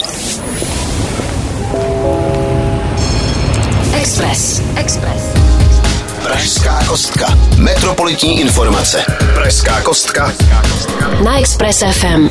Express. Pražská kostka. Metropolitní informace. Pražská kostka. Na Express FM.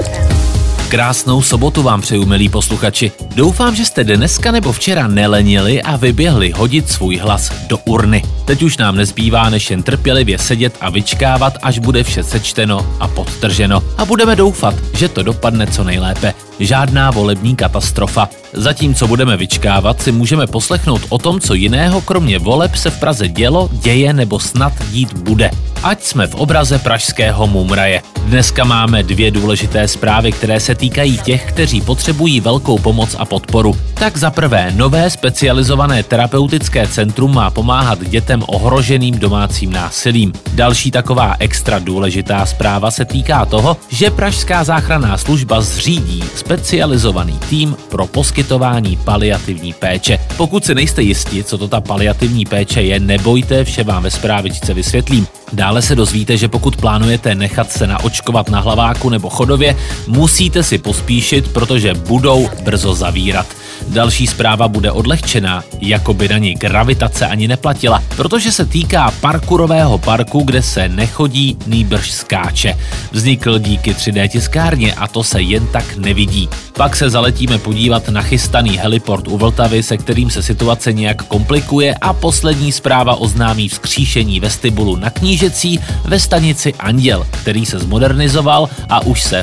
Krásnou sobotu vám přeju, milí posluchači. Doufám, že jste dneska nebo včera nelenili a vyběhli hodit svůj hlas do urny. Teď už nám nezbývá, než jen trpělivě sedět a vyčkávat, až bude vše sečteno a podtrženo. A budeme doufat, že to dopadne co nejlépe. Žádná volební katastrofa. Zatímco budeme vyčkávat, si můžeme poslechnout o tom, co jiného kromě voleb se v Praze dělo, děje nebo snad dít bude. Ať jsme v obraze pražského mumraje. Dneska máme 2 důležité zprávy, které se týkají těch, kteří potřebují velkou pomoc a podporu. Tak za prvé, nové specializované terapeutické centrum má pomáhat dětem ohroženým domácím násilím. Další taková extra důležitá zpráva se týká toho, že Pražská záchranná služba zřídí specializovaný tým pro poskytování paliativní péče. Pokud si nejste jisti, co to ta paliativní péče je, nebojte, vše vám ve zprávičce vysvětlím. Dále se dozvíte, že pokud plánujete nechat se naočkovat na Hlaváku nebo Chodově, musíte si pospíšit, protože budou brzo zavírat. Další zpráva bude odlehčená, jako by na ní gravitace ani neplatila, protože se týká parkourového parku, kde se nechodí, nýbrž skáče. Vznikl díky 3D tiskárně a to se jen tak nevidí. Pak se zaletíme podívat na chystaný heliport u Vltavy, se kterým se situace nějak komplikuje, a poslední zpráva oznámí vzkříšení vestibulu na Knížecí ve stanici Anděl, který se zmodernizoval a už se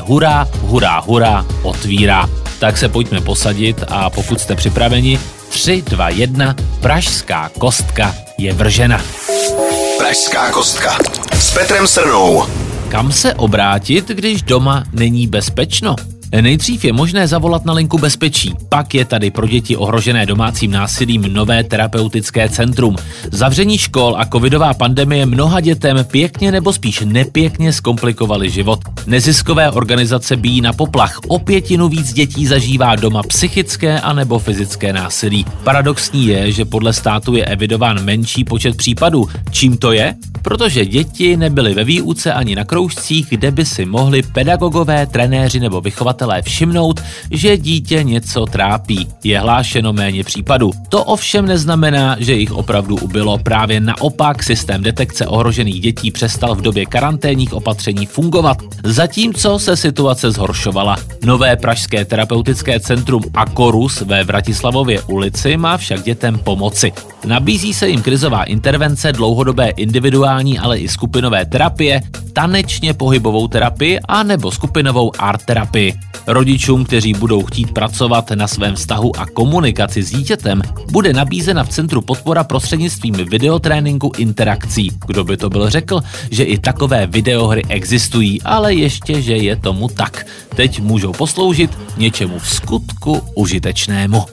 hurá otvírá. Tak se pojďme posadit a pokud jste připraveni, 3, 2, 1, Pražská kostka je vržena. Pražská kostka s Petrem Srnou. Kam se obrátit, když doma není bezpečno? Nejdřív je možné zavolat na linku bezpečí, pak je tady pro děti ohrožené domácím násilím nové terapeutické centrum. Zavření škol a covidová pandemie mnoha dětem pěkně nebo spíš nepěkně zkomplikovaly život. Neziskové organizace bijí na poplach, o 1/5 víc dětí zažívá doma psychické a nebo fyzické násilí. Paradoxní je, že podle státu je evidován menší počet případů. Čím to je? Protože děti nebyly ve výuce ani na kroužcích, kde by si mohli pedagogové, trenéři nebo vychovatelé všimnout, že dítě něco trápí. Je hlášeno méně případů. To ovšem neznamená, že jich opravdu ubylo. Právě naopak, systém detekce ohrožených dětí přestal v době karanténních opatření fungovat. Zatímco se situace zhoršovala. Nové pražské terapeutické centrum Akorus ve Vratislavově ulici má však dětem pomoci. Nabízí se jim krizová intervence, dlouhodobé individuální, ale i skupinové terapie, tanečně pohybovou terapii a nebo skupinovou art terapii. Rodičům, kteří budou chtít pracovat na svém vztahu a komunikaci s dítětem, bude nabízena v centru podpora prostřednictvím videotréninku interakcí. Kdo by to byl řekl, že i takové videohry existují, ale ještě, že je tomu tak. Teď můžou posloužit něčemu v skutku užitečnému.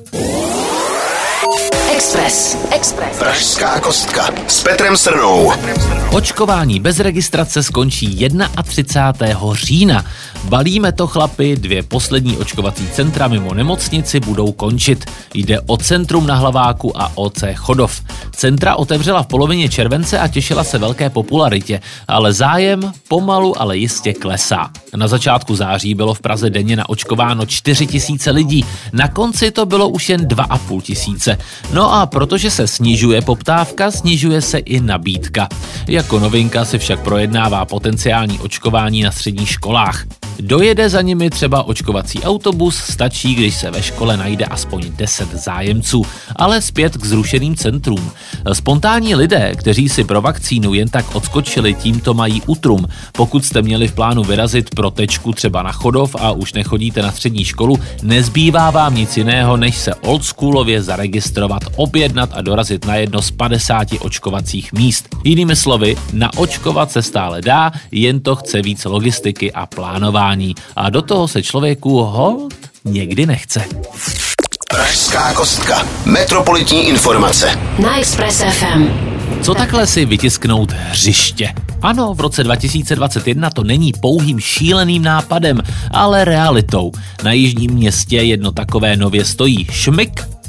Express. Pražská kostka s Petrem Srnou. Očkování bez registrace skončí 31. října. Balíme to, chlapi, 2 poslední očkovací centra mimo nemocnici budou končit. Jde o centrum na Hlaváku a OC Chodov. Centra otevřela v polovině července a těšila se velké popularitě, ale zájem pomalu, ale jistě klesá. Na začátku září bylo v Praze denně naočkováno 4 000 lidí, na konci to bylo už jen 2 500. No a protože se snižuje poptávka, snižuje se i nabídka. Jako novinka se však projednává potenciální očkování na středních školách. Dojede za nimi třeba očkovací autobus, stačí, když se ve škole najde aspoň 10 zájemců, ale zpět k zrušeným centrům. Spontánní lidé, kteří si pro vakcínu jen tak odskočili, tímto mají utrum. Pokud jste měli v plánu vyrazit pro tečku třeba na Chodov a už nechodíte na střední školu, nezbývá vám nic jiného, než se oldschoolově zaregistrovat, objednat a dorazit na jedno z 50 očkovacích míst. Jinými slovy, naočkovat se stále dá, jen to chce víc logistiky a plánování. A do toho se člověku holt někdy nechce. Pražská kostka. Metropolitní informace. Na Express FM. Co takhle si vytisknout hřiště? Ano, v roce 2021 to není pouhým šíleným nápadem, ale realitou. Na jižním městě jedno takové nově stojí. Šmyk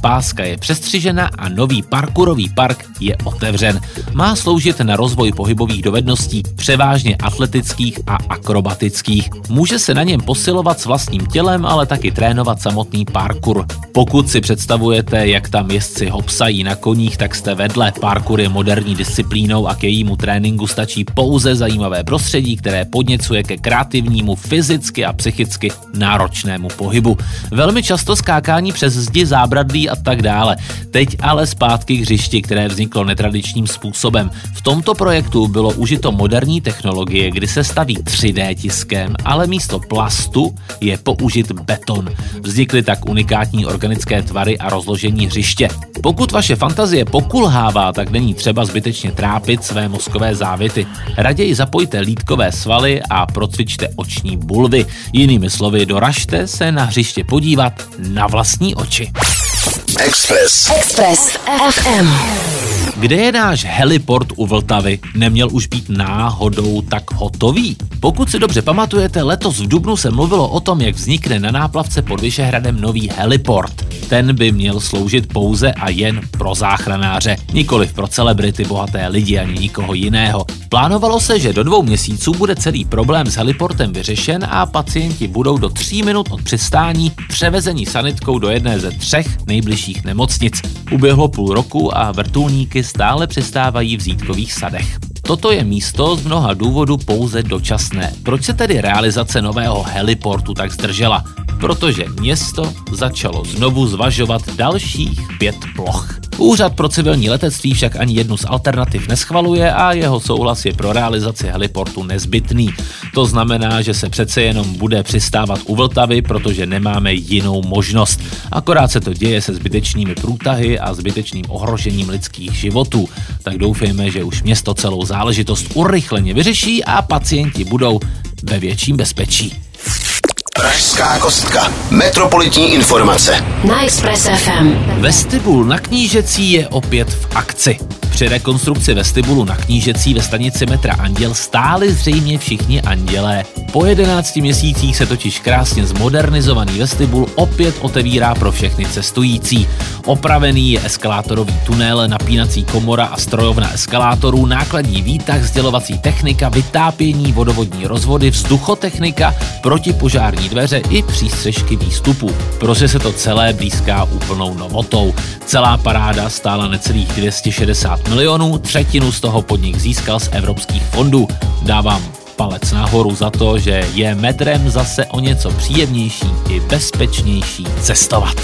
páska je přestřižena a nový parkourový park je otevřen. Má sloužit na rozvoj pohybových dovedností, převážně atletických a akrobatických. Může se na něm posilovat s vlastním tělem, ale taky trénovat samotný parkour. Pokud si představujete, jak tam jezdci hopsají na koních, tak jste vedle. Parkour je moderní disciplínou a k jejímu tréninku stačí pouze zajímavé prostředí, které podněcuje ke kreativnímu, fyzicky a psychicky náročnému pohybu. Velmi často skákání přes zdi, zábradlí a tak dále. Teď ale zpátky k hřišti, které vzniklo netradičním způsobem. V tomto projektu bylo užito moderní technologie, kdy se staví 3D tiskem, ale místo plastu je použit beton. Vznikly tak unikátní organické tvary a rozložení hřiště. Pokud vaše fantazie pokulhává, tak není třeba zbytečně trápit své mozkové závity. Raději zapojte lýtkové svaly a procvičte oční bulvy. Jinými slovy, doražte se na hřiště podívat na vlastní oči. Express FM. Kde je náš heliport u Vltavy? Neměl už být náhodou tak hotový? Pokud si dobře pamatujete, letos v dubnu se mluvilo o tom, jak vznikne na Náplavce pod Vyšehradem nový heliport. Ten by měl sloužit pouze a jen pro záchranáře, nikoliv pro celebrity, bohaté lidi ani nikoho jiného. Plánovalo se, že do 2 měsíců bude celý problém s heliportem vyřešen a pacienti budou do 3 minut od přistání převezeni sanitkou do jedné ze 3 nejbližších nemocnic. Uběhlo půl roku a vrtulníky stále přistávají v Zítkových sadech. Toto je místo z mnoha důvodů pouze dočasné. Proč se tedy realizace nového heliportu tak zdržela? Protože město začalo znovu zvažovat dalších 5 ploch. Úřad pro civilní letectví však ani jednu z alternativ neschvaluje a jeho souhlas je pro realizaci heliportu nezbytný. To znamená, že se přece jenom bude přistávat u Vltavy, protože nemáme jinou možnost. Akorát se to děje se zbytečnými průtahy a zbytečným ohrožením lidských životů. Tak doufejme, že už město celou záležitost urychleně vyřeší a pacienti budou ve větším bezpečí. Pražská kostka. Metropolitní informace. Na Express FM. Vestibul na Knížecí je opět v akci. Při rekonstrukci vestibulu na Knížecí ve stanici metra Anděl stáli zřejmě všichni andělé. Po 11 měsících se totiž krásně zmodernizovaný vestibul opět otevírá pro všechny cestující. Opravený je eskalátorový tunel, napínací komora a strojovna eskalátorů, nákladní výtah, sdělovací technika, vytápění, vodovodní rozvody, vzduchotechnika, protipožární dveře i přístřežky výstupů. Prostě se to celé blízká úplnou novotou. Celá paráda stála necelých 260 milionů, 1/3 z toho podnik získal z evropských fondů. Dávám palec nahoru za to, že je metrem zase o něco příjemnější i bezpečnější cestovat.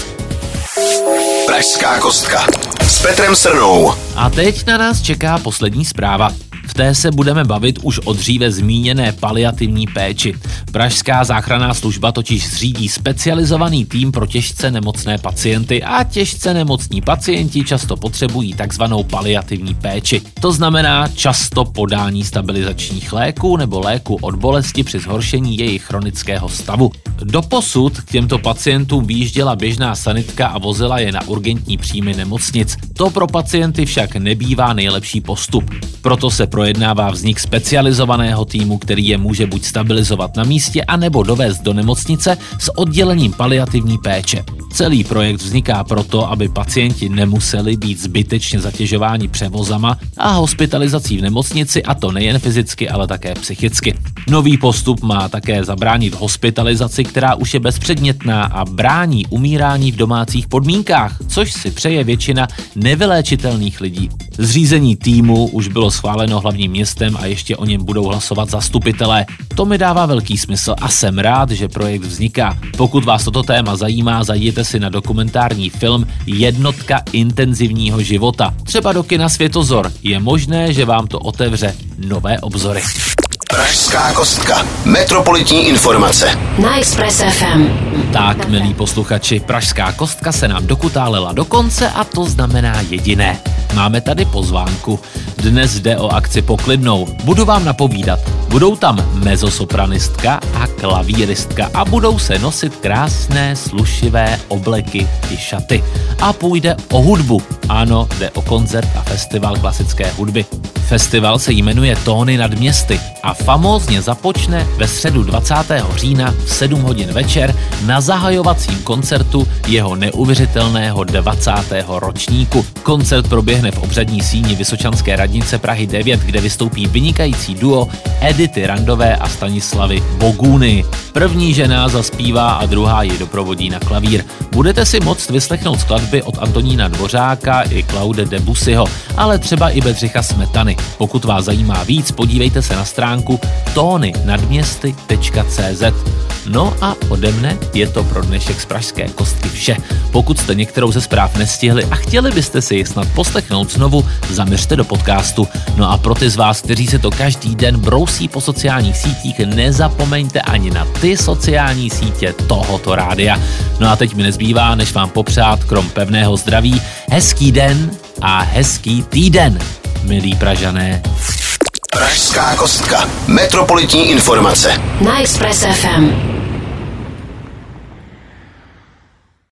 Pražská kostka s Petrem Srnou. A teď na nás čeká poslední zpráva. V té se budeme bavit už o dříve zmíněné paliativní péči. Pražská záchranná služba totiž zřídí specializovaný tým pro těžce nemocné pacienty a těžce nemocní pacienti často potřebují takzvanou paliativní péči. To znamená často podání stabilizačních léků nebo léků od bolesti při zhoršení jejich chronického stavu. Doposud k těmto pacientům vyjížděla běžná sanitka a vozila je na urgentní příjmy nemocnic. To pro pacienty však nebývá nejlepší postup. Proto se projednává vznik specializovaného týmu, který je může buď stabilizovat na místě, anebo dovést do nemocnice s oddělením paliativní péče. Celý projekt vzniká proto, aby pacienti nemuseli být zbytečně zatěžováni převozama a hospitalizací v nemocnici, a to nejen fyzicky, ale také psychicky. Nový postup má také zabránit hospitalizaci, která už je bezpředmětná a brání umírání v domácích podmínkách, což si přeje většina nevyléčitelných lidí. Zřízení týmu už bylo schváleno hlavním městem a ještě o něm budou hlasovat zastupitelé. To mi dává velký smysl a jsem rád, že projekt vzniká. Pokud vás toto téma zajímá, zajděte si na dokumentární film Jednotka intenzivního života. Třeba do kina Světozor. Je možné, že vám to otevře nové obzory. Pražská kostka. Metropolitní informace. Na Express FM. Tak, milí posluchači, Pražská kostka se nám dokutálela do konce a to znamená jediné. Máme tady pozvánku. Dnes jde o akci Poklidnou. Budu vám napovídat. Budou tam mezzosopranistka a klavíristka a budou se nosit krásné, slušivé obleky i šaty. A půjde o hudbu. Ano, jde o koncert a festival klasické hudby. Festival se jmenuje Tóny nad městy a famózně započne ve středu 20. října v 7 hodin večer na zahajovacím koncertu jeho neuvěřitelného 20. ročníku. Koncert proběhne v obřadní síni Vysočanské radnice Prahy 9, kde vystoupí vynikající duo Edity Randové a Stanislavy Bogůny. První žena zaspívá a druhá ji doprovodí na klavír. Budete si moct vyslechnout skladby od Antonína Dvořáka i Claude Debussyho, ale třeba i Bedřicha Smetany. Pokud vás zajímá víc, podívejte se na stránku tonynadměsty.cz. No a ode mne je to pro dnešek z Pražské kostky vše. Pokud jste některou ze zpráv nestihli a chtěli byste si ji snad poslechnout znovu, zaměřte do podcastu. No a pro ty z vás, kteří se to každý den brousí po sociálních sítích, nezapomeňte ani na ty sociální sítě tohoto rádia. No a teď mi nezbývá, než vám popřát krom pevného zdraví hezký den a hezký týden, milí Pražané. Pražská kostka. Metropolitní informace. Na Express FM.